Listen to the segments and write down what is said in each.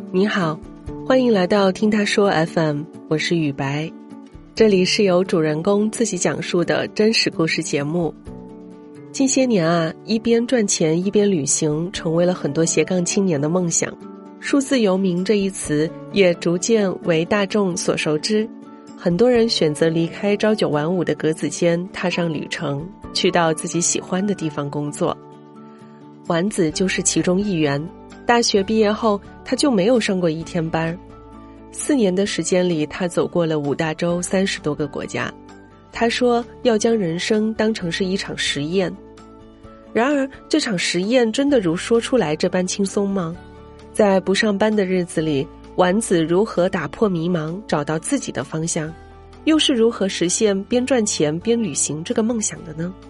你好，欢迎来到听他说 FM， 我是雨白，这里是由主人公自己讲述的真实故事节目。近些年啊，一边赚钱一边旅行成为了很多斜杠青年的梦想，数字游民这一词也逐渐为大众所熟知。很多人选择离开朝九晚五的格子间，踏上旅程，去到自己喜欢的地方工作。丸子就是其中一员。大学毕业后，他就没有上过一天班。4年的时间里，他走过了5大洲30多个国家。他说要将人生当成是一场实验。然而，这场实验真的如说出来这般轻松吗？在不上班的日子里，丸子如何打破迷茫，找到自己的方向？又是如何实现边赚钱边旅行这个梦想的呢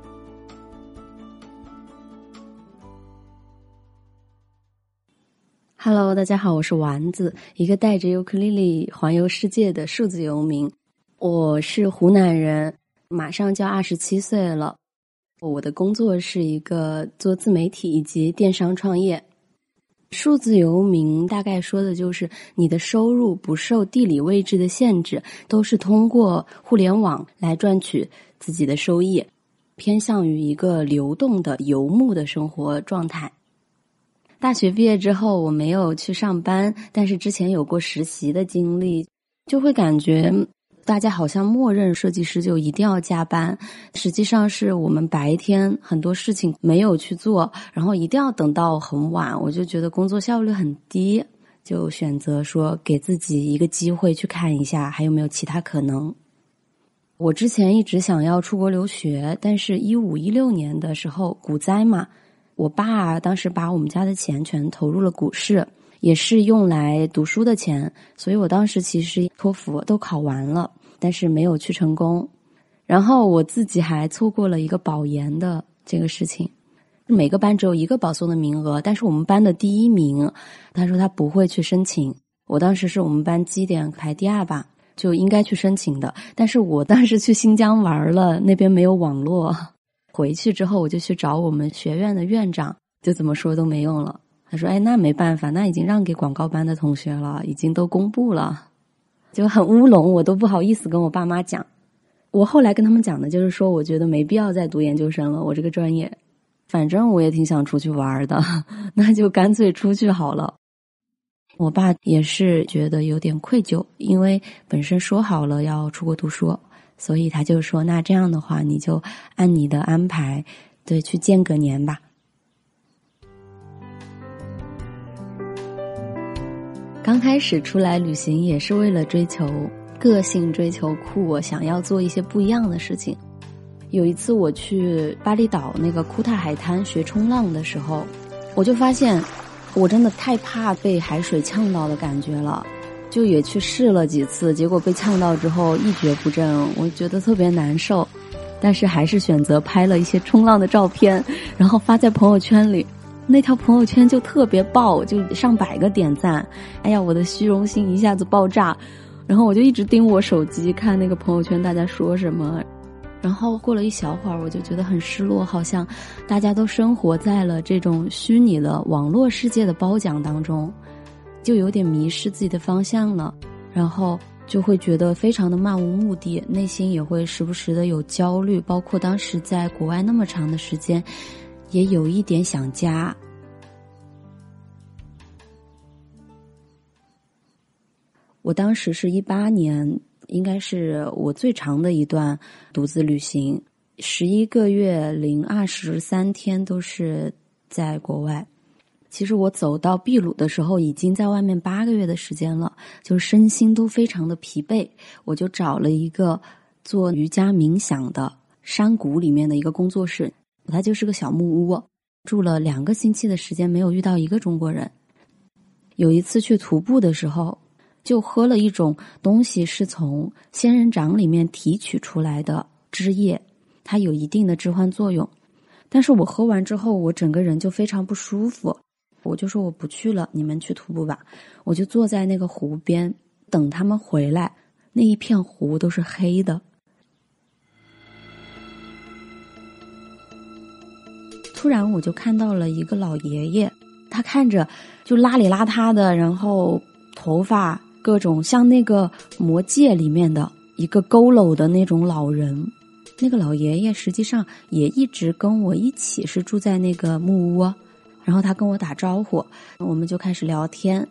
？Hello， 大家好，我是丸子，一个带着尤克里里环游世界的数字游民。我是湖南人，马上就要27岁了。我的工作是一个做自媒体以及电商创业。数字游民大概说的就是你的收入不受地理位置的限制，都是通过互联网来赚取自己的收益，偏向于一个流动的游牧的生活状态。大学毕业之后，我没有去上班，但是之前有过实习的经历，就会感觉大家好像默认设计师就一定要加班，实际上是我们白天很多事情没有去做，然后一定要等到很晚，我就觉得工作效率很低，就选择说给自己一个机会去看一下还有没有其他可能。我之前一直想要出国留学，但是15、16年的时候股灾嘛，我爸当时把我们家的钱全投入了股市，也是用来读书的钱，所以我当时其实托福都考完了，但是没有去成功。然后我自己还错过了一个保研的这个事情，每个班只有1个保送的名额，但是我们班的第1名，他说他不会去申请。我当时是我们班绩点排第2吧，就应该去申请的，但是我当时去新疆玩了，那边没有网络。回去之后我就去找我们学院的院长，就怎么说都没用了。他说那没办法，那已经让给广告班的同学了，已经都公布了，就很乌龙，我都不好意思跟我爸妈讲。我后来跟他们讲的就是说，我觉得没必要再读研究生了，我这个专业反正我也挺想出去玩的，那就干脆出去好了。我爸也是觉得有点愧疚，因为本身说好了要出国读书，所以他就说那这样的话你就按你的安排去间隔年吧。刚开始出来旅行也是为了追求个性，追求酷，我想要做一些不一样的事情。有一次我去巴厘岛那个库塔海滩学冲浪的时候，我就发现我真的太怕被海水呛到的感觉了，就也去试了几次，结果被呛到之后一蹶不振，我觉得特别难受，但是还是选择拍了一些冲浪的照片，然后发在朋友圈里。那条朋友圈就特别爆，就上百个点赞，哎呀，我的虚荣心一下子爆炸，然后我就一直盯我手机看那个朋友圈大家说什么，然后过了一小会儿我就觉得很失落，好像大家都生活在了这种虚拟的网络世界的褒奖当中，就有点迷失自己的方向了，然后就会觉得非常的漫无目的，内心也会时不时的有焦虑，包括当时在国外那么长的时间也有一点想家。我当时是18年，应该是我最长的一段独自旅行，11个月零23天都是在国外。其实我走到秘鲁的时候已经在外面8个月的时间了，就身心都非常的疲惫，我就找了一个做瑜伽冥想的山谷里面的一个工作室，它就是个小木屋，住了2个星期的时间，没有遇到一个中国人。有一次去徒步的时候，就喝了一种东西是从仙人掌里面提取出来的汁液，它有一定的致幻作用，但是我喝完之后我整个人就非常不舒服，我就说我不去了，你们去徒步吧。我就坐在那个湖边等他们回来，那一片湖都是黑的。突然我就看到了一个老爷爷， 他看着就邋里邋遢的，然后头发各种像那个魔戒里面的一个佝偻的那种老人。那个老爷爷实际上也一直跟我一起是住在那个木屋，然后他跟我打招呼，我们就开始聊天。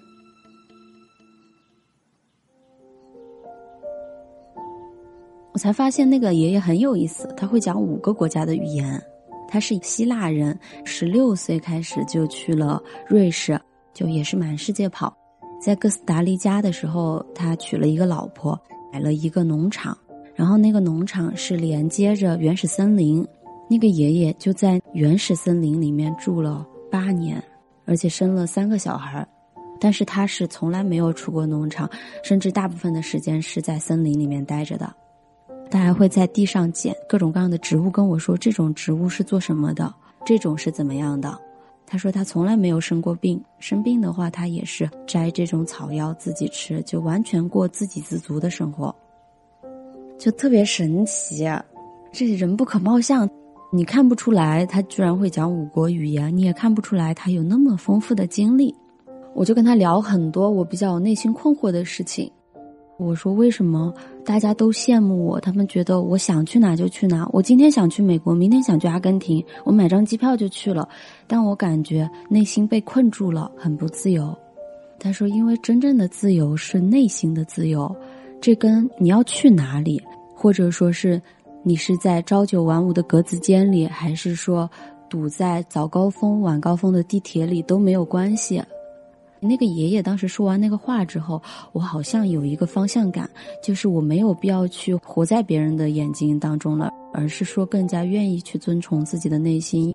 我才发现那个爷爷很有意思，他会讲5个国家的语言。他是希腊人，16岁开始就去了瑞士，就也是满世界跑。在哥斯达黎加的时候，他娶了一个老婆，买了一个农场，然后那个农场是连接着原始森林。那个爷爷就在原始森林里面住了8年，而且生了3个小孩。但是他是从来没有出过农场，甚至大部分的时间是在森林里面待着的。他还会在地上捡各种各样的植物，跟我说这种植物是做什么的，这种是怎么样的。他说他从来没有生过病，生病的话他也是摘这种草药自己吃，就完全过自给自足的生活，就特别神奇。这人不可貌相，你看不出来他居然会讲5国语言，你也看不出来他有那么丰富的经历。我就跟他聊很多我比较内心困惑的事情。我说为什么大家都羡慕我，他们觉得我想去哪就去哪，我今天想去美国，明天想去阿根廷，我买张机票就去了，但我感觉内心被困住了，很不自由。他说因为真正的自由是内心的自由，这跟你要去哪里，或者说是你是在朝9晚5的格子间里，还是说堵在早高峰晚高峰的地铁里都没有关系。那个爷爷当时说完那个话之后，我好像有一个方向感，就是我没有必要去活在别人的眼睛当中了，而是说更加愿意去遵从自己的内心。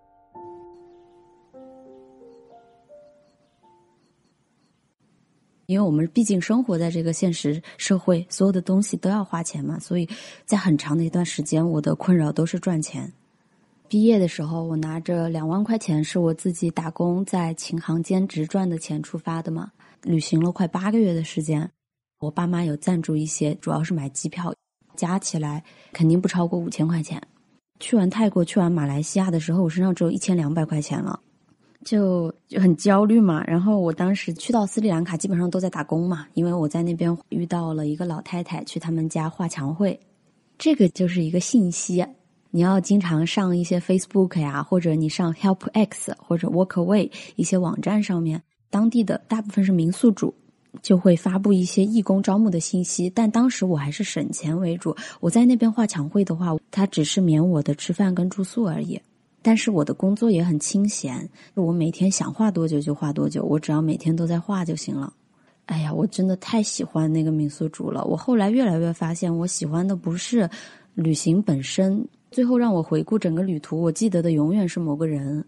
因为我们毕竟生活在这个现实社会，所有的东西都要花钱嘛，所以在很长的一段时间我的困扰都是赚钱。毕业的时候我拿着2万块钱，是我自己打工在琴行兼职赚的钱出发的嘛，旅行了快8个月的时间。我爸妈有赞助一些，主要是买机票，加起来肯定不超过5000块钱。去完泰国去完马来西亚的时候，我身上只有1200块钱了，就很焦虑嘛。然后我当时去到斯里兰卡基本上都在打工嘛，因为我在那边遇到了一个老太太，去他们家画墙绘。这个就是一个信息，你要经常上一些 Facebook 呀，或者你上 HelpX 或者 Workaway 一些网站上面，当地的大部分是民宿主，就会发布一些义工招募的信息。但当时我还是省钱为主，我在那边画墙绘的话，它只是免我的吃饭跟住宿而已。但是我的工作也很清闲，我每天想画多久就画多久，我只要每天都在画就行了。哎呀，我真的太喜欢那个民宿主了。我后来越来越发现，我喜欢的不是旅行本身，最后让我回顾整个旅途，我记得的永远是某个人。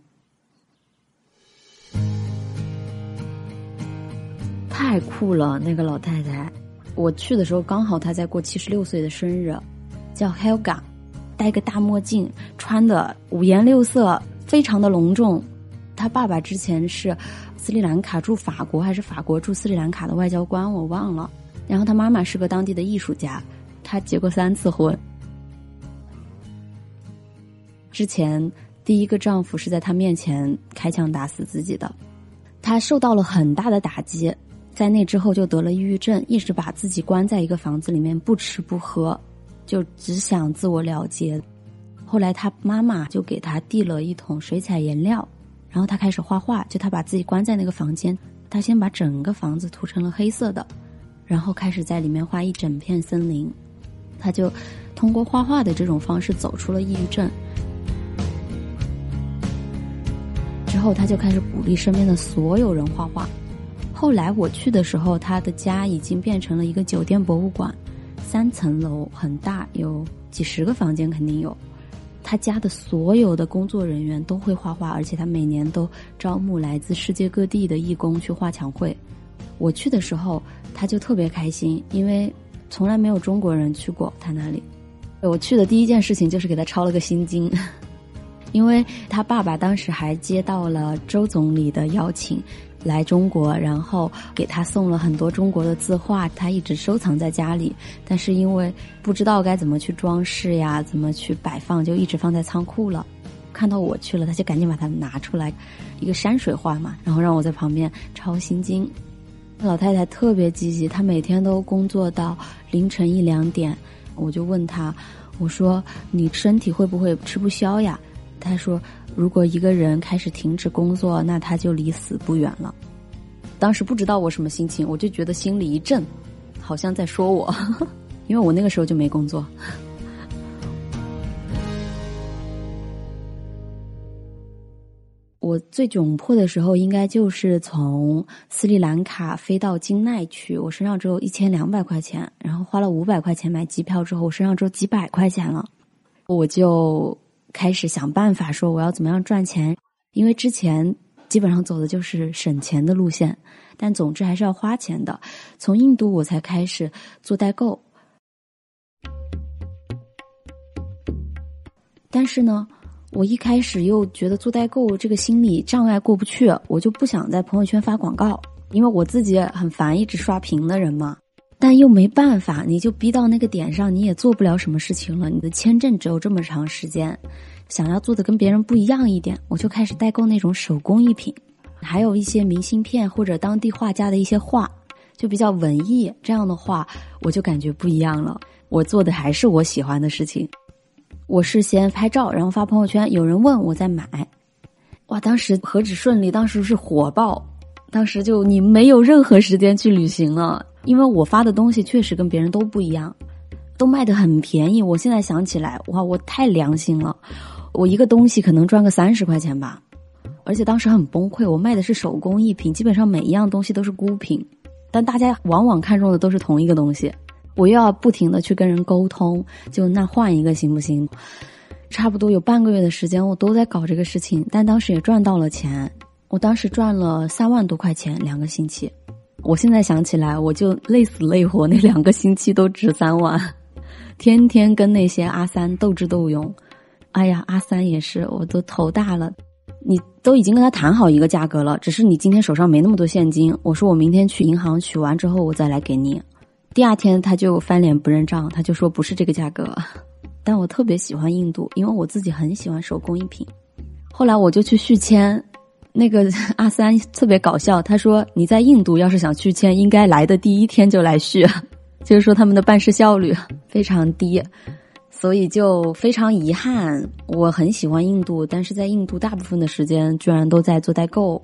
太酷了，那个老太太。我去的时候刚好她在过76岁的生日，叫 Helga， 戴个大墨镜，穿的5颜6色，非常的隆重。她爸爸之前是斯里兰卡驻法国还是法国驻斯里兰卡的外交官，我忘了。然后她妈妈是个当地的艺术家，她结过3次婚。之前第一个丈夫是在她面前开枪打死自己的，她受到了很大的打击，在那之后就得了抑郁症，一直把自己关在一个房子里面，不吃不喝，就只想自我了结。后来她妈妈就给她递了一桶水彩颜料，然后她开始画画，就她把自己关在那个房间，她先把整个房子涂成了黑色的，然后开始在里面画一整片森林。她就通过画画的这种方式走出了抑郁症。之后她就开始鼓励身边的所有人画画。后来我去的时候，她的家已经变成了一个酒店博物馆，3层楼，很大，有几10个房间肯定有。她家的所有的工作人员都会画画，而且她每年都招募来自世界各地的义工去画墙绘。我去的时候她就特别开心，因为从来没有中国人去过她那里。我去的第一件事情就是给她抄了个心经，因为她爸爸当时还接到了周总理的邀请来中国，然后给他送了很多中国的字画，他一直收藏在家里，但是因为不知道该怎么去装饰呀，怎么去摆放，就一直放在仓库了。 看到我去了，他就赶紧把它拿出来，一个山水画嘛，然后让我在旁边抄心经。老太太特别积极，她每天都工作到凌晨1、2点。我就问她，我说你身体会不会吃不消呀？她说如果一个人开始停止工作，那他就离死不远了。当时不知道我什么心情，我就觉得心里一震，好像在说我因为我那个时候就没工作。我最窘迫的时候应该就是从斯里兰卡飞到金奈去，我身上只有1200块钱，然后花了500块钱买机票之后，我身上只有几百块钱了。我就开始想办法说我要怎么样赚钱，因为之前基本上走的就是省钱的路线，但总之还是要花钱的。从印度我才开始做代购，但是呢我一开始又觉得做代购这个心理障碍过不去，我就不想在朋友圈发广告，因为我自己很烦一直刷屏的人嘛。但又没办法，你就逼到那个点上，你也做不了什么事情了，你的签证只有这么长时间，想要做的跟别人不一样一点，我就开始代购那种手工艺品，还有一些明信片或者当地画家的一些画，就比较文艺，这样的话我就感觉不一样了，我做的还是我喜欢的事情。我是先拍照然后发朋友圈，有人问我再买。哇，当时何止顺利，当时是火爆，当时就你没有任何时间去旅行了，因为我发的东西确实跟别人都不一样，都卖得很便宜。我现在想起来，哇，我太良心了，我一个东西可能赚个30块钱吧。而且当时很崩溃，我卖的是手工艺品，基本上每一样东西都是孤品，但大家往往看中的都是同一个东西，我又要不停的去跟人沟通，就那换一个行不行？差不多有半个月的时间我都在搞这个事情，但当时也赚到了钱，我当时赚了3万多块钱2个星期。我现在想起来我就累死累活，那2个星期都值3万，天天跟那些阿三斗智斗勇。哎呀，阿三也是，我都头大了，你都已经跟他谈好一个价格了，只是你今天手上没那么多现金，我说我明天去银行取完之后我再来给你。第二天他就翻脸不认账，他就说不是这个价格。但我特别喜欢印度，因为我自己很喜欢手工艺品。后来我就去续签，那个阿三特别搞笑，他说你在印度要是想续签，应该来的第1天就来续，就是说他们的办事效率非常低，所以就非常遗憾。我很喜欢印度，但是在印度大部分的时间居然都在做代购。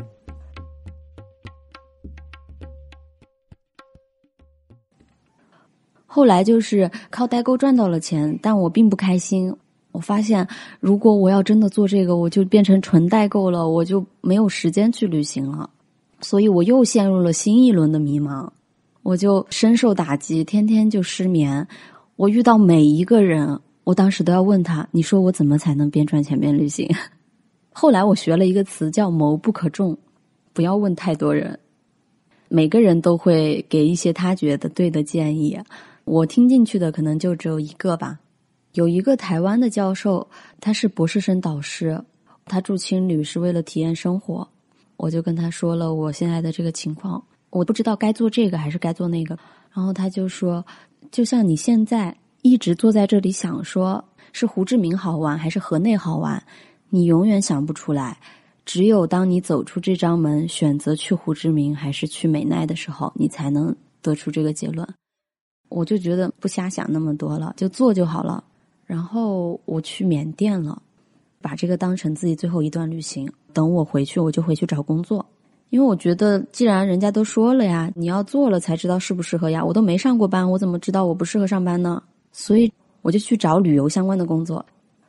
后来就是靠代购赚到了钱，但我并不开心。我发现如果我要真的做这个，我就变成纯代购了，我就没有时间去旅行了，所以我又陷入了新一轮的迷茫，我就深受打击，天天就失眠。我遇到每一个人，我当时都要问他，你说我怎么才能边赚钱边旅行？后来我学了一个词叫谋不可众，不要问太多人，每个人都会给一些他觉得对的建议，我听进去的可能就只有一个吧。有一个台湾的教授，他是博士生导师，他住青旅是为了体验生活。我就跟他说了我现在的这个情况，我不知道该做这个还是该做那个。然后他就说，就像你现在一直坐在这里想说是胡志明好玩还是河内好玩，你永远想不出来，只有当你走出这张门，选择去胡志明还是去美奈的时候，你才能得出这个结论。我就觉得不瞎想那么多了，就做就好了。然后我去缅甸了，把这个当成自己最后一段旅行。等我回去，我就回去找工作，因为我觉得既然人家都说了呀，你要做了才知道适不适合呀。我都没上过班，我怎么知道我不适合上班呢？所以我就去找旅游相关的工作。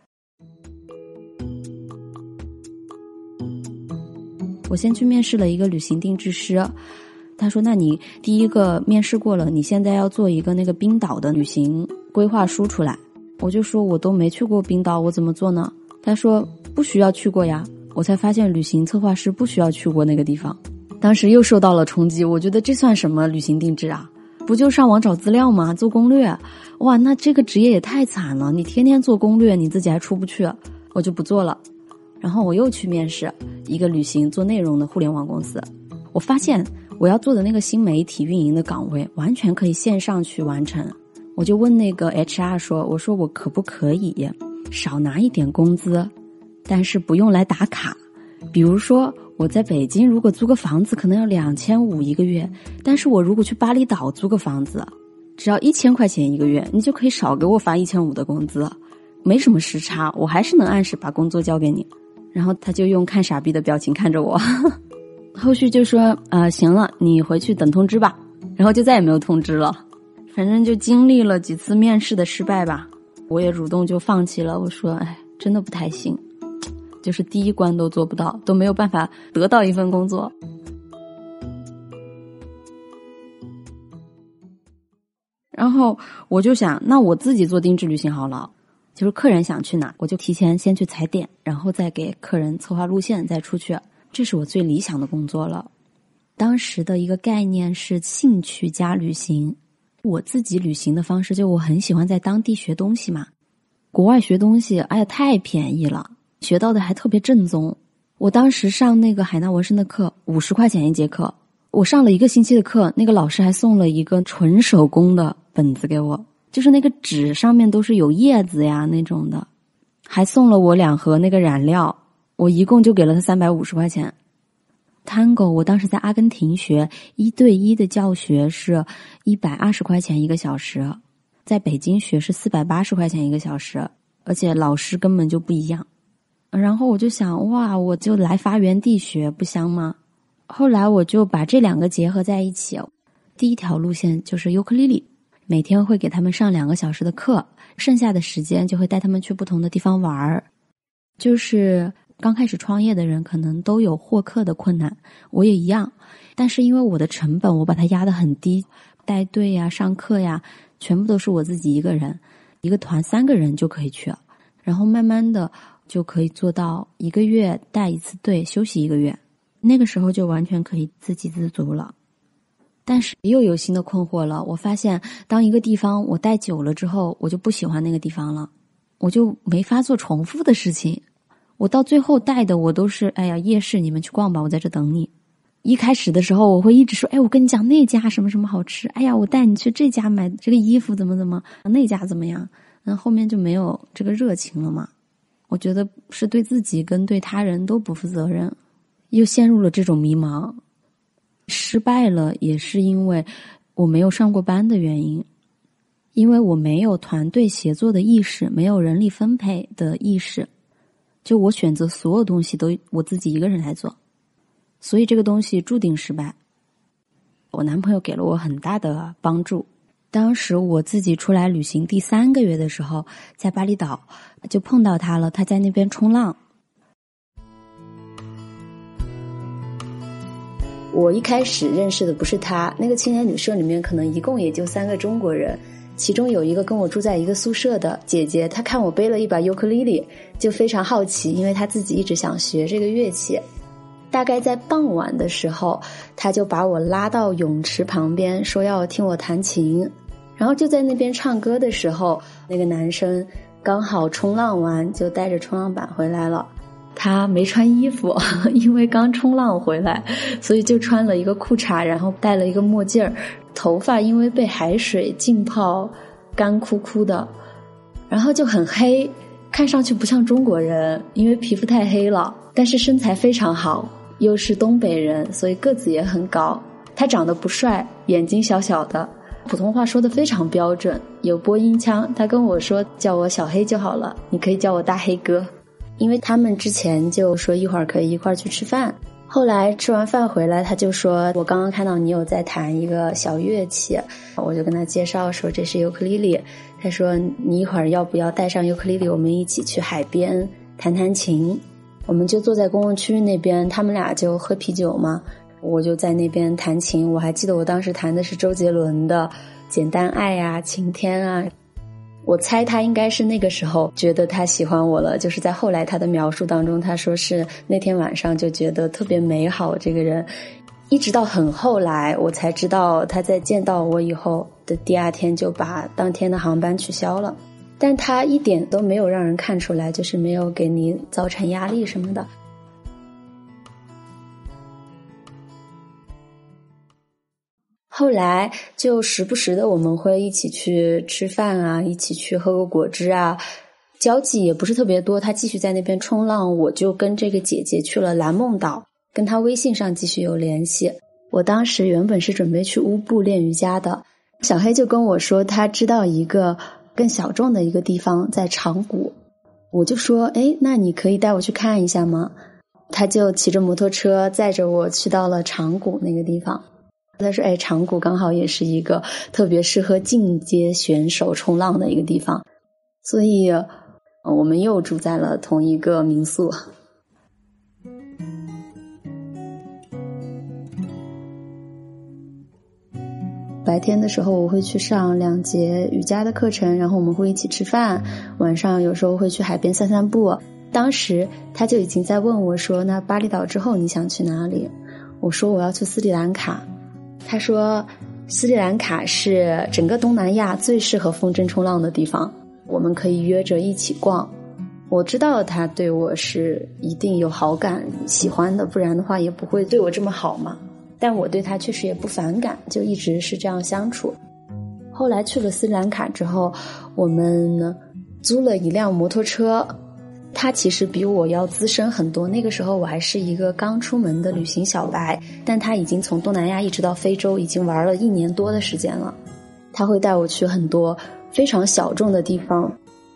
我先去面试了一个旅行定制师，他说那你第一个面试过了，你现在要做一个那个冰岛的旅行规划书出来。我就说我都没去过冰岛，我怎么做呢？他说不需要去过呀。我才发现旅行策划师不需要去过那个地方，当时又受到了冲击。我觉得这算什么旅行定制啊？不就上网找资料吗？做攻略？哇，那这个职业也太惨了，你天天做攻略，你自己还出不去。我就不做了。然后我又去面试一个旅行做内容的互联网公司，我发现我要做的那个新媒体运营的岗位完全可以线上去完成。我就问那个 HR 说，我说我可不可以少拿一点工资， 但是不用来打卡。比如说我在北京如果租个房子可能要2500一个月，但是我如果去巴厘岛租个房子只要1000块钱一个月，你就可以少给我发1500的工资，没什么时差，我还是能按时把工作交给你。然后他就用看傻逼的表情看着我后续就说行了，你回去等通知吧，然后就再也没有通知了。反正就经历了几次面试的失败吧，我也主动就放弃了，我说真的不太行，就是第一关都做不到，都没有办法得到一份工作。然后我就想，那我自己做定制旅行好了，就是客人想去哪，我就提前先去踩点，然后再给客人策划路线再出去，这是我最理想的工作了。当时的一个概念是兴趣加旅行，我自己旅行的方式就我很喜欢在当地学东西嘛，国外学东西太便宜了，学到的还特别正宗。我当时上那个海纳纹身的课50块钱一节课，我上了1个星期的课，那个老师还送了一个纯手工的本子给我，就是那个纸上面都是有叶子呀那种的，还送了我2盒那个染料，我一共就给了他350块钱。Tango 我当时在阿根廷学1对1的教学是120块钱1个小时，在北京学是480块钱1个小时，而且老师根本就不一样。然后我就想，哇，我就来发源地学不香吗？后来我就把这2个结合在一起。第一条路线就是尤克里里，每天会给他们上2个小时的课，剩下的时间就会带他们去不同的地方玩。就是刚开始创业的人可能都有获客的困难，我也一样，但是因为我的成本我把它压得很低，带队呀上课呀全部都是我自己一个人，一个团3个人就可以去，然后慢慢的就可以做到1个月带1次队休息1个月，那个时候就完全可以自给自足了。但是又有新的困惑了，我发现当一个地方我待久了之后，我就不喜欢那个地方了，我就没法做重复的事情。我到最后带的我都是夜市你们去逛吧，我在这等你。一开始的时候我会一直说我跟你讲那家什么什么好吃，我带你去这家买这个衣服怎么怎么，那家怎么样，后面就没有这个热情了嘛。我觉得是对自己跟对他人都不负责任，又陷入了这种迷茫。失败了也是因为我没有上过班的原因，因为我没有团队协作的意识，没有人力分配的意识，就我选择所有东西都我自己一个人来做，所以这个东西注定失败。我男朋友给了我很大的帮助，当时我自己出来旅行第3个月的时候，在巴厘岛就碰到他了，他在那边冲浪。我一开始认识的不是他，那个青年旅社里面可能一共也就3个中国人，其中有一个跟我住在一个宿舍的姐姐，她看我背了一把尤克里里，就非常好奇，因为她自己一直想学这个乐器。大概在傍晚的时候，她就把我拉到泳池旁边，说要听我弹琴。然后就在那边唱歌的时候，那个男生刚好冲浪完，就带着冲浪板回来了。他没穿衣服，因为刚冲浪回来，所以就穿了一个裤衩，然后戴了一个墨镜儿，头发因为被海水浸泡干枯枯的，然后就很黑，看上去不像中国人，因为皮肤太黑了，但是身材非常好，又是东北人，所以个子也很高。他长得不帅，眼睛小小的，普通话说得非常标准，有播音腔。他跟我说叫我小黑就好了，你可以叫我大黑哥。因为他们之前就说一会儿可以一块儿去吃饭，后来吃完饭回来，他就说我刚刚看到你有在弹一个小乐器，我就跟他介绍说这是尤克里里，他说你一会儿要不要带上尤克里里，我们一起去海边弹弹琴。我们就坐在公共区域那边，他们俩就喝啤酒嘛，我就在那边弹琴。我还记得我当时弹的是周杰伦的简单爱啊晴天啊，我猜他应该是那个时候觉得他喜欢我了，就是在后来他的描述当中，他说是那天晚上就觉得特别美好这个人，一直到很后来我才知道他在见到我以后的第2天就把当天的航班取消了，但他一点都没有让人看出来，就是没有给你造成压力什么的。后来就时不时的我们会一起去吃饭啊，一起去喝个果汁啊， 交际也不是特别多，他继续在那边冲浪，我就跟这个姐姐去了蓝梦岛，跟他微信上继续有联系。我当时原本是准备去乌布练瑜伽的，小黑就跟我说他知道一个更小众的一个地方在长谷，我就说那你可以带我去看一下吗？他就骑着摩托车载着我去到了长谷那个地方。他说长谷刚好也是一个特别适合进阶选手冲浪的一个地方，所以我们又住在了同一个民宿。白天的时候我会去上2节瑜伽的课程，然后我们会一起吃饭，晚上有时候会去海边散散步。当时他就已经在问我说，那巴厘岛之后你想去哪里？我说我要去斯里兰卡。他说斯里兰卡是整个东南亚最适合风筝冲浪的地方，我们可以约着一起逛。我知道他对我是一定有好感喜欢的，不然的话也不会对我这么好嘛。但我对他确实也不反感，就一直是这样相处。后来去了斯里兰卡之后，我们呢租了一辆摩托车，他其实比我要资深很多，那个时候我还是一个刚出门的旅行小白，但他已经从东南亚一直到非洲，已经玩了1年多的时间了。他会带我去很多非常小众的地方。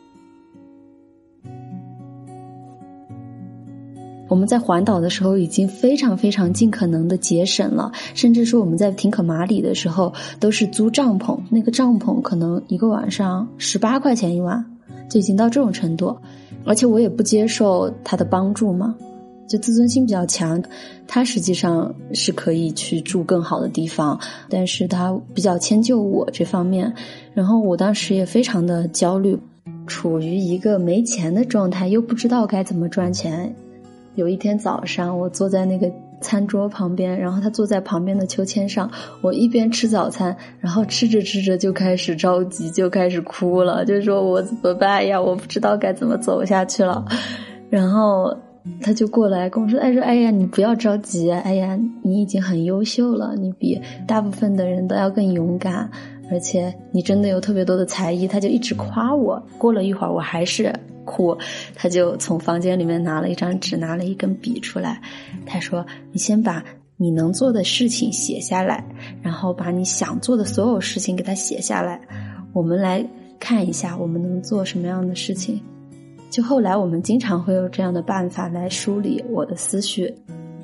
我们在环岛的时候已经非常非常尽可能的节省了，甚至说我们在廷可马里的时候都是租帐篷，那个帐篷可能一个晚上18块钱一晚，就已经到这种程度。而且我也不接受他的帮助嘛，就自尊心比较强，他实际上是可以去住更好的地方，但是他比较迁就我这方面。然后我当时也非常的焦虑，处于一个没钱的状态，又不知道该怎么赚钱。有一天早上我坐在那个餐桌旁边，然后他坐在旁边的秋千上，我一边吃早餐，然后吃着吃着就开始着急，就开始哭了，就说我怎么办呀，我不知道该怎么走下去了。然后他就过来跟我说哎呀你不要着急，哎呀你已经很优秀了，你比大部分的人都要更勇敢，而且你真的有特别多的才艺。他就一直夸我。过了一会儿我还是哭，他就从房间里面拿了一张纸，拿了一根笔出来，他说你先把你能做的事情写下来，然后把你想做的所有事情给它写下来，我们来看一下我们能做什么样的事情。就后来我们经常会有这样的办法来梳理我的思绪。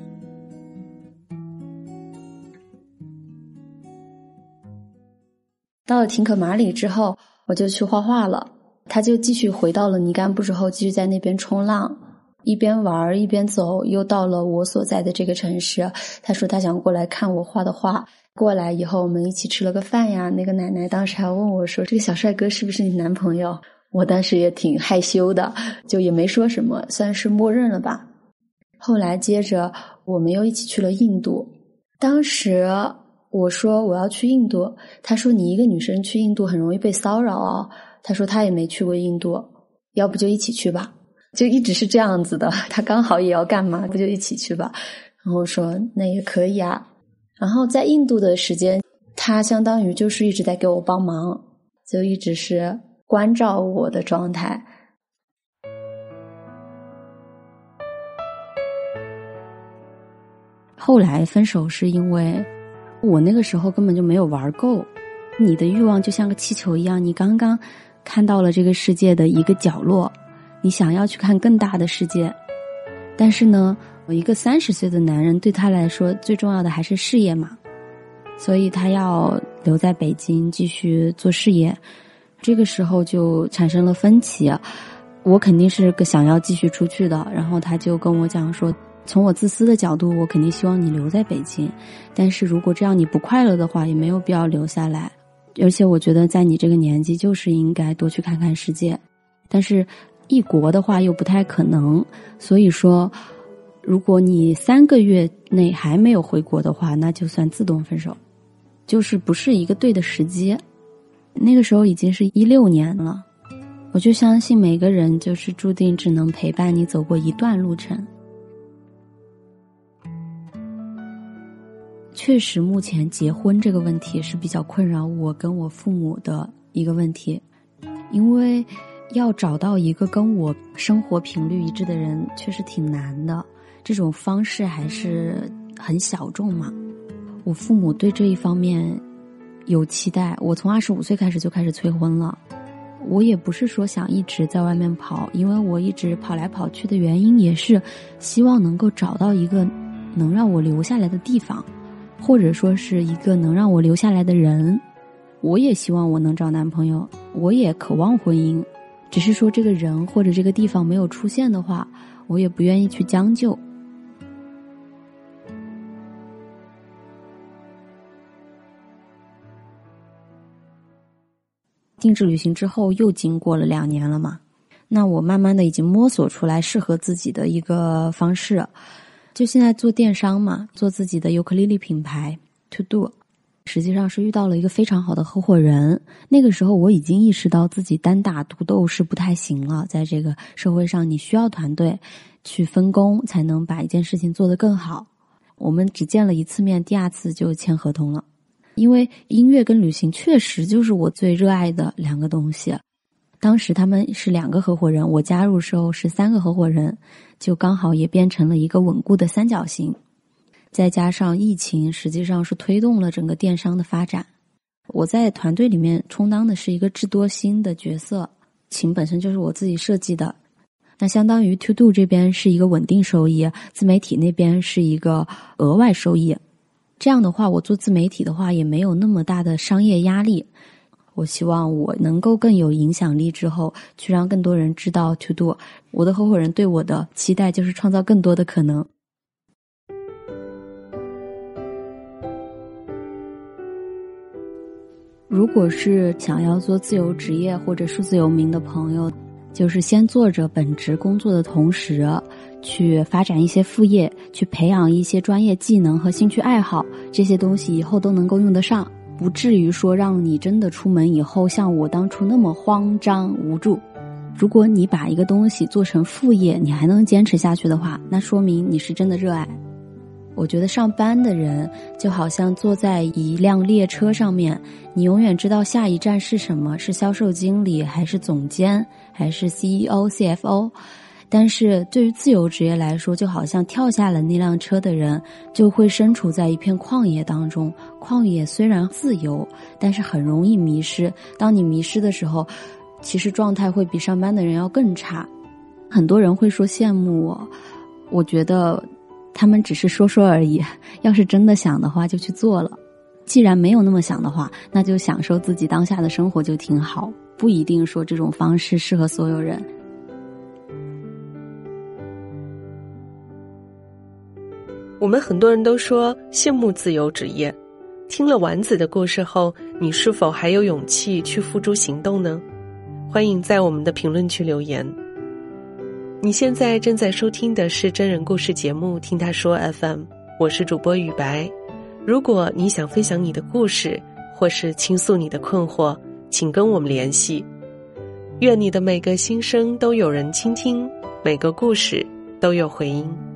到了廷可马里之后，我就去画画了，他就继续回到了尼甘布之后，继续在那边冲浪，一边玩一边走，又到了我所在的这个城市。他说他想过来看我画的画，过来以后我们一起吃了个饭呀。那个奶奶当时还问我说，这个小帅哥是不是你男朋友？我当时也挺害羞的，就也没说什么，算是默认了吧。后来接着我们又一起去了印度。当时我说我要去印度，他说你一个女生去印度很容易被骚扰哦。他说他也没去过印度，要不就一起去吧。就一直是这样子的，他刚好也要干嘛，不就一起去吧。然后我说那也可以啊。然后在印度的时间，他相当于就是一直在给我帮忙，就一直是关照我的状态。后来分手是因为我那个时候根本就没有玩够，你的欲望就像个气球一样，你刚刚看到了这个世界的一个角落，你想要去看更大的世界。但是呢，一个30岁的男人对他来说最重要的还是事业嘛，所以他要留在北京继续做事业。这个时候就产生了分歧，我肯定是个想要继续出去的，然后他就跟我讲说，从我自私的角度，我肯定希望你留在北京，但是如果这样你不快乐的话，也没有必要留下来。而且我觉得在你这个年纪就是应该多去看看世界，但是异国的话又不太可能，所以说如果你3个月内还没有回国的话，那就算自动分手，就是不是一个对的时机。那个时候已经是16年了，我就相信每个人就是注定只能陪伴你走过一段路程。确实目前结婚这个问题是比较困扰我跟我父母的一个问题，因为要找到一个跟我生活频率一致的人确实挺难的，这种方式还是很小众嘛。我父母对这一方面有期待，我从25岁开始就开始催婚了。我也不是说想一直在外面跑，因为我一直跑来跑去的原因也是希望能够找到一个能让我留下来的地方，或者说是一个能让我留下来的人。我也希望我能找男朋友，我也渴望婚姻，只是说这个人或者这个地方没有出现的话，我也不愿意去将就。定制旅行之后又经过了2年了嘛，那我慢慢的已经摸索出来适合自己的一个方式，就现在做电商嘛，做自己的尤克里里品牌 To Do， 实际上是遇到了一个非常好的合伙人。那个时候我已经意识到自己单打独斗是不太行了，在这个社会上你需要团队去分工才能把一件事情做得更好。我们只见了1次面，第2次就签合同了。因为音乐跟旅行确实就是我最热爱的2个东西。当时他们是2个合伙人，我加入时候是3个合伙人，就刚好也变成了一个稳固的三角形。再加上疫情实际上是推动了整个电商的发展。我在团队里面充当的是一个智多星的角色，琴本身就是我自己设计的，那相当于 To Do 这边是一个稳定收益，自媒体那边是一个额外收益。这样的话，我做自媒体的话也没有那么大的商业压力。我希望我能够更有影响力之后，去让更多人知道 To Do。我的合伙人对我的期待就是创造更多的可能。如果是想要做自由职业或者数字游民的朋友，就是先做着本职工作的同时，去发展一些副业，去培养一些专业技能和兴趣爱好，这些东西以后都能够用得上，不至于说让你真的出门以后像我当初那么慌张无助。如果你把一个东西做成副业，你还能坚持下去的话，那说明你是真的热爱。我觉得上班的人就好像坐在一辆列车上面，你永远知道下一站是什么，是销售经理还是总监还是 CEO、CFO。 但是对于自由职业来说，就好像跳下了那辆车的人就会身处在一片旷野当中。旷野虽然自由，但是很容易迷失，当你迷失的时候，其实状态会比上班的人要更差。很多人会说羡慕我，我觉得他们只是说说而已，要是真的想的话就去做了。既然没有那么想的话，那就享受自己当下的生活就挺好，不一定说这种方式适合所有人。 我们很多人都说羡慕自由职业，听了丸子的故事后，你是否还有勇气去付诸行动呢？欢迎在我们的评论区留言。你现在正在收听的是真人故事节目《听他说 FM》，我是主播雨白。如果你想分享你的故事，或是倾诉你的困惑，请跟我们联系。愿你的每个心声都有人倾听，每个故事都有回音。